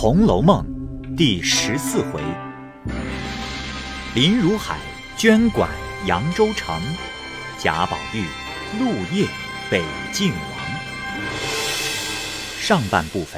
红楼梦》第14回：林如海捐管扬州城，贾宝玉陆夜北静王。上半部分。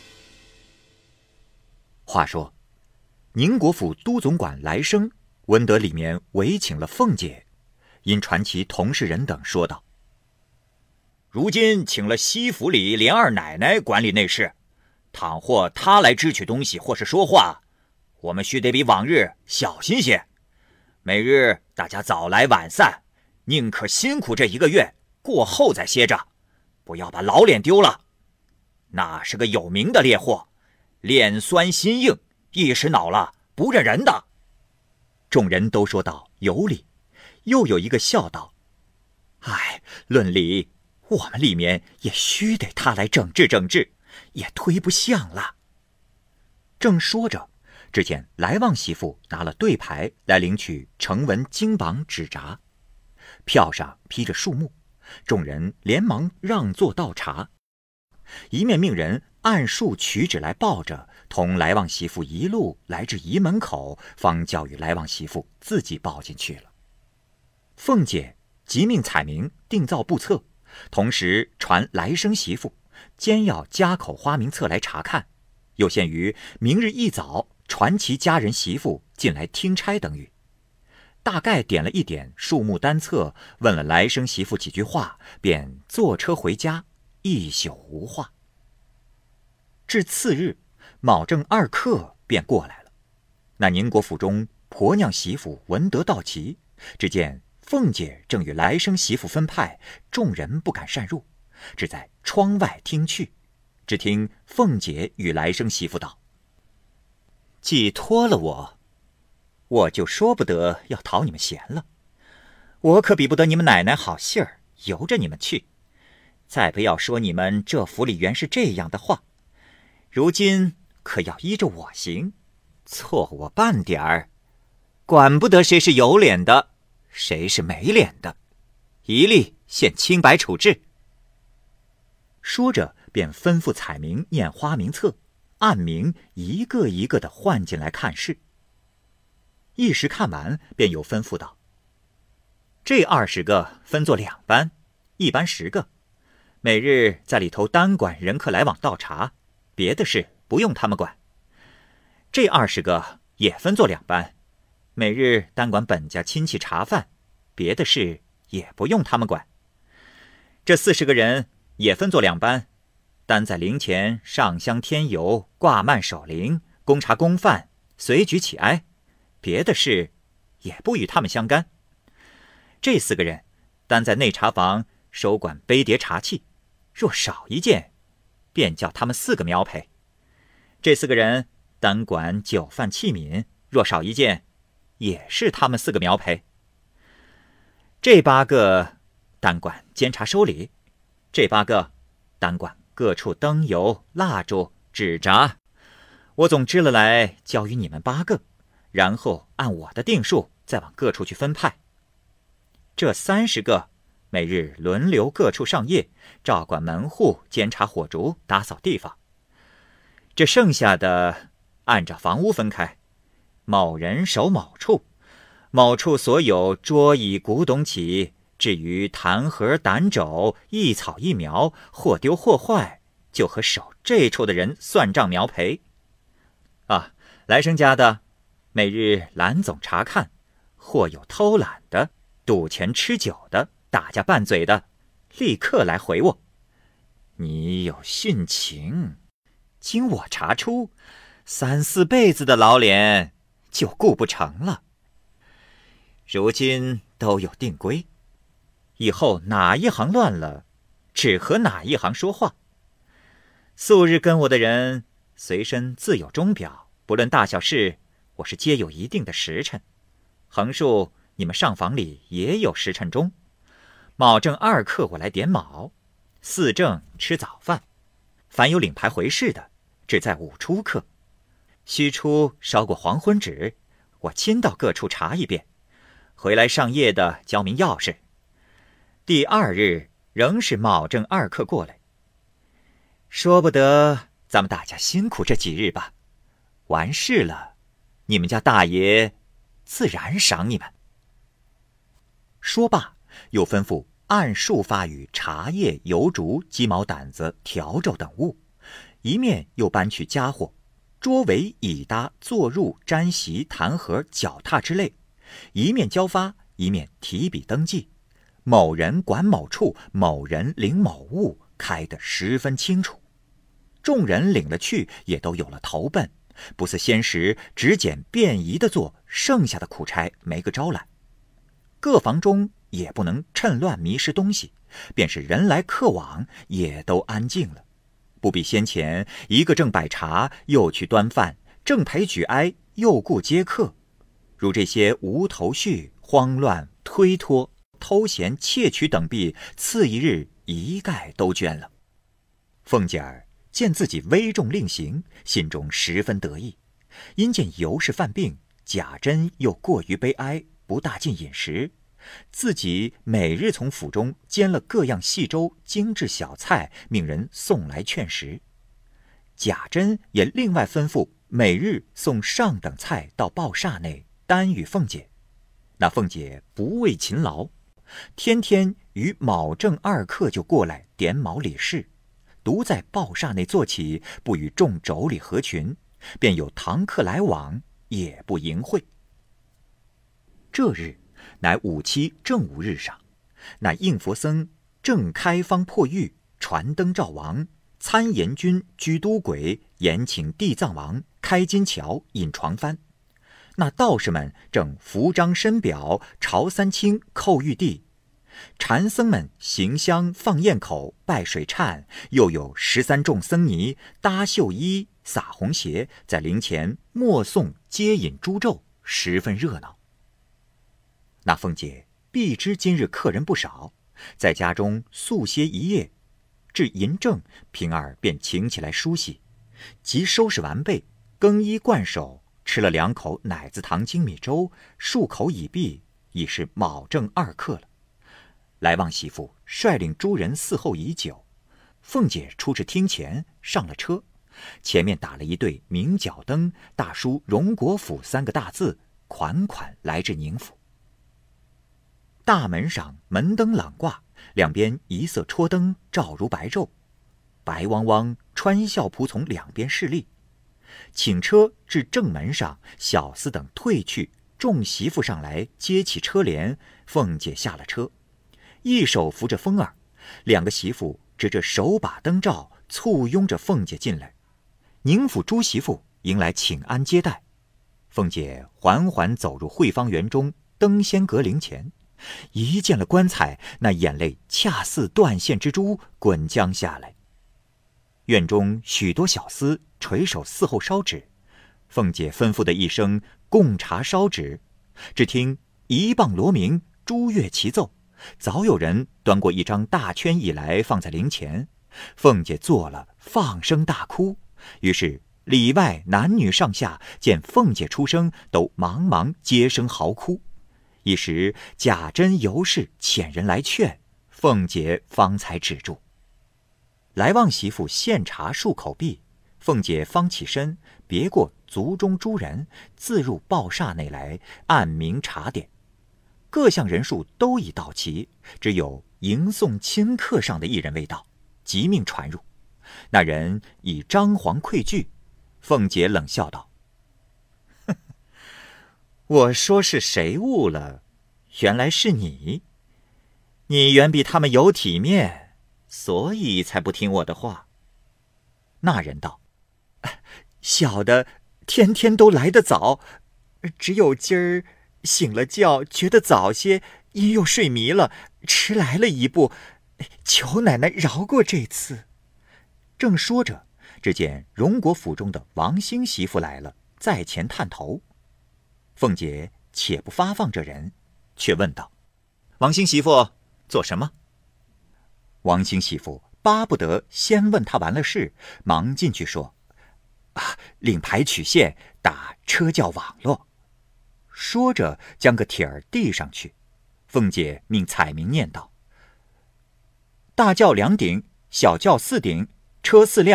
话说，宁国府都总管来生闻得里面委请了凤姐，因传其同事人等说道：如今请了西府里连二奶奶管理内事，倘或她来支取东西或是说话，我们须得比往日小心些。每日大家早来晚散，宁可辛苦这1个月，过后再歇着，不要把老脸丢了。那是个有名的烈货，脸酸心硬，一时恼了不认人的。众人都说道有理，又有一个笑道：哎，论理我们里面也须得他来整治整治，也忒不像了。正说着，只见来旺媳妇拿了对牌来领取成文金榜纸札，票上批着数目，众人连忙让座倒茶，一面命人按数取纸来报着，同来旺媳妇一路来至仪门口，方叫与来旺媳妇自己报进去了。凤姐即命彩明定造簿册，同时传来生媳妇兼要家口花名册来查看，又限于明日一早传其家人媳妇进来听差等语。大概点了一点数目单册，问了来生媳妇几句话，便坐车回家，一宿无话。至次日，卯正2刻便过来了。那宁国府中婆娘媳妇闻得到齐，只见凤姐正与来生媳妇分派，众人不敢擅入，只在窗外听去。只听凤姐与来生媳妇道：既托了我就说不得要讨你们闲了，我可比不得你们奶奶好信儿，由着你们去。再不要说你们这府里原是这样的话，如今可要依着我行，错我半点儿，管不得谁是有脸的，谁是没脸的，一律现清白处置。说着便吩咐彩明念花名册，按名一个一个的换进来看事。一时看完，便又吩咐道：这20个分作2班，一班10个，每日在里头单管人客来往倒茶，别的事不用他们管。这20个也分作2班，每日单管本家亲戚茶饭，别的事也不用他们管。这40个人也分作2班，单在灵前上香添油，挂幔守灵，供茶供饭，随举起哀，别的事也不与他们相干。这4个人单在内茶房收管杯碟茶器，若少一件，便叫他们4个苗赔。这4个人单管酒饭器皿，若少一件，也是他们4个苗赔。这8个单管监察收礼，这8个单管各处灯油蜡烛纸札，我总支了来交与你们8个，然后按我的定数再往各处去分派。这30个每日轮流各处上夜，照管门户，监察火烛，打扫地方。这剩下的按照房屋分开，某人守某处，某处所有桌椅古董起，至于弹盒胆肘一草一苗，或丢或坏，就和守这处的人算账苗赔。来生家的每日懒总查看，或有偷懒的，赌钱吃酒的，打架拌嘴的，立刻来回我。你有殉情，经我查出3、4辈子的老脸就顾不成了。如今都有定规，以后哪一行乱了，只和哪一行说话。素日跟我的人随身自有钟表，不论大小事，我是皆有一定的时辰。横竖你们上房里也有时辰钟，卯正2刻我来点卯，4正吃早饭，凡有领牌回事的，只在5初刻，虚初烧过黄昏纸，我亲到各处查一遍，回来上夜的交明钥匙。第2日仍是卯正2刻过来，说不得咱们大家辛苦这几日吧，完事了，你们家大爷自然赏你们。”说罢，又吩咐按数发与茶叶、油烛、鸡毛掸子、笤帚等物，一面又搬去家伙，桌围、椅搭、坐褥、毡席、弹盒、脚踏之类，一面交发，一面提笔登记，某人管某处，某人领某物，开得十分清楚。众人领了去，也都有了头奔，不似先时只捡便宜的做，剩下的苦差没个招揽。各房中也不能趁乱迷失东西，便是人来客往，也都安静了。不比先前一个正摆茶，又去端饭，正陪举哀，又顾接客。如这些无头绪、慌乱、推脱、偷闲、窃取等弊，次一日一概都捐了。凤姐儿见自己危重令行，心中十分得意。因见尤氏犯病，贾珍又过于悲哀，不大进饮食，自己每日从府中煎了各样细粥、精致小菜，命人送来劝食。贾珍也另外吩咐每日送上等菜到鲍厦内，单与凤姐。那凤姐不畏勤劳，天天与卯正二刻就过来点卯理事，独在鲍厦内坐起，不与众妯娌合群，便有堂客来往，也不迎会。这日乃5期正午日上，那应佛僧正开方破狱，传灯照王，参阎君居都轨，延请地藏王开金桥，引床幡。那道士们正扶张申表，朝三清叩玉帝，禅僧们行香放焰口，拜水忏，又有13众僧尼搭绣衣，撒红鞋，在灵前默诵接引诸咒，十分热闹。那凤姐必知今日客人不少，在家中宿歇一夜，至寅正，平儿便请起来梳洗，即收拾完备，更衣盥手，吃了2口奶子糖精米粥，漱口已毕，已是卯正2刻了。来旺媳妇率领诸人伺候已久，凤姐出至厅前，上了车，前面打了一对明角灯，大书荣国府3个大字，款款来至宁府。大门上门灯朗挂，两边一色戳灯，照如白昼，白汪汪穿孝仆从两边侍立。请车至正门上，小厮等退去，众媳妇上来接起车帘，凤姐下了车，一手扶着风儿，2个媳妇指着手把灯罩，簇拥着凤姐进来。宁府诸媳妇迎来请安接待，凤姐缓缓走入惠芳园中登仙阁灵前，一见了棺材，那眼泪恰似断线之珠滚将下来。院中许多小厮垂手伺候烧纸，凤姐吩咐的一声供茶烧纸，只听一棒锣鸣，珠乐齐奏，早有人端过一张大圈椅来放在灵前，凤姐坐了，放声大哭。于是里外男女上下见凤姐出声，都忙忙接声嚎哭。一时贾珍、尤氏遣人来劝，凤姐方才止住。来旺媳妇献茶漱口毕，凤姐方起身，别过族中诸人，自入鲍厦内来按名查点。各项人数都已到齐，只有迎送亲客上的一人未到，即命传入。那人已张皇愧惧，凤姐冷笑道：“我说是谁误了，原来是你。你远比他们有体面，所以才不听我的话。”那人道：“小的天天都来得早，只有今儿醒了觉，觉得早些，因又睡迷了，迟来了一步，求奶奶饶过这次。”正说着，只见荣国府中的王兴媳妇来了，在前探头。凤姐且不发放这人，却问道：“王兴媳妇做什么？”王兴媳妇巴不得先问他完了事，忙进去说：“领牌取线，打车轿网络。”说着将个帖儿递上去。凤姐命彩明念道：“大轿2顶，小轿4顶，车4辆，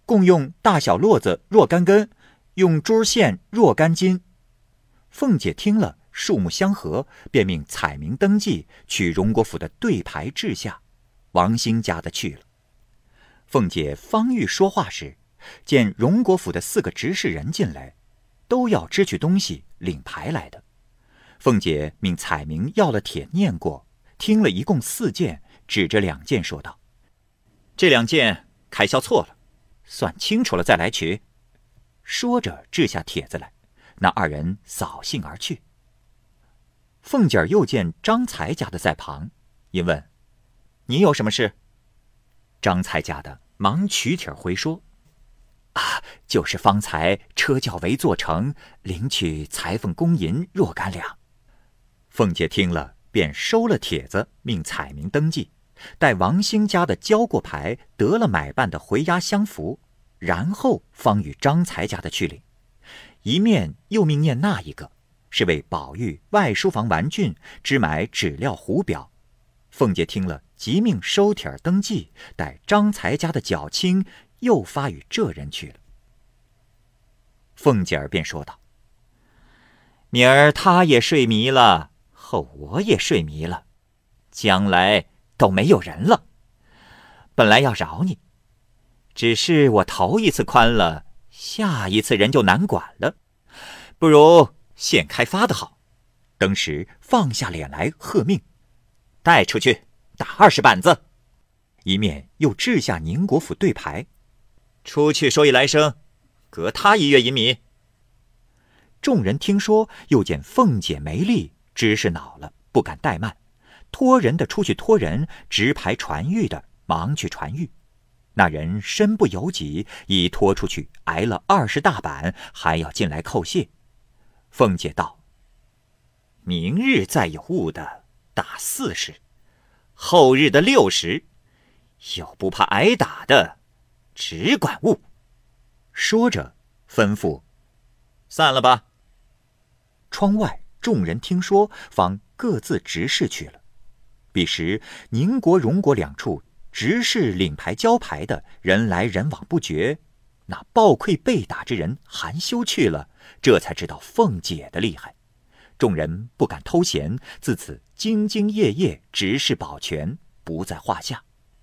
共用大小络子若干根，用珠线若干斤。凤姐听了，数目相合，便命彩名登记，取荣国府的对牌治下，王兴家的去了。凤姐方欲说话时，见荣国府的4个执事人进来，都要支取东西领牌来的。凤姐命彩明要了帖念过，听了一共4件，指着2件说道：“这2件开销错了，算清楚了再来取。”说着掷下帖子来，那2人扫兴而去。凤姐又见张才家的在旁，因问：“你有什么事？”张才家的忙取帖回说：“就是方才车轿围坐成，领取裁缝工银若干两。”凤姐听了，便收了帖子，命彩名登记，待王兴家的交过牌，得了买办的回押相符，然后方与张才家的去领。一面又命念那一个，是为宝玉外书房玩具支买纸料壶表。凤姐听了，即命收帖登记，待张才家的缴清，又发与这人去了。凤姐儿便说道：“明儿他也睡迷了，后我也睡迷了，将来都没有人了。本来要饶你，只是我头一次宽了，下一次人就难管了，不如现开发的好。”当时放下脸来，喝命：“带出去打20板子！”一面又掷下宁国府对牌：“出去说一来生，革他1月银米。”众人听说，又见凤姐没力，知是恼了，不敢怠慢，托人的出去托人，执牌传谕的忙去传谕。那人身不由己，已拖出去挨了20大板，还要进来叩谢。凤姐道：“明日再有误的打40，后日的60，有不怕挨打的，只管误。”说着吩咐：“散了吧。”窗外众人听说，方各自执事去了。彼时宁国、荣国2处执事领牌交牌的人来人往不绝，那暴溃被打之人含羞去了，这才知道凤姐的厉害。众人不敢偷闲，自此兢兢业业，执事保全，不在话下。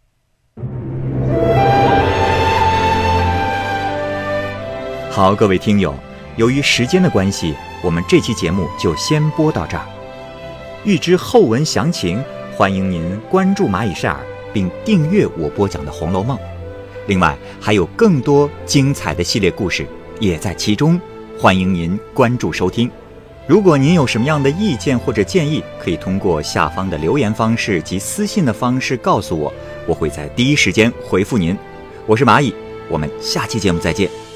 好，各位听友，由于时间的关系，我们这期节目就先播到这儿。欲知后文详情，欢迎您关注蚂蚁晒尔，并订阅我播讲的《红楼梦》。另外还有更多精彩的系列故事也在其中，欢迎您关注收听。如果您有什么样的意见或者建议，可以通过下方的留言方式及私信的方式告诉我，我会在第一时间回复您。我是蚂蚁，我们下期节目再见。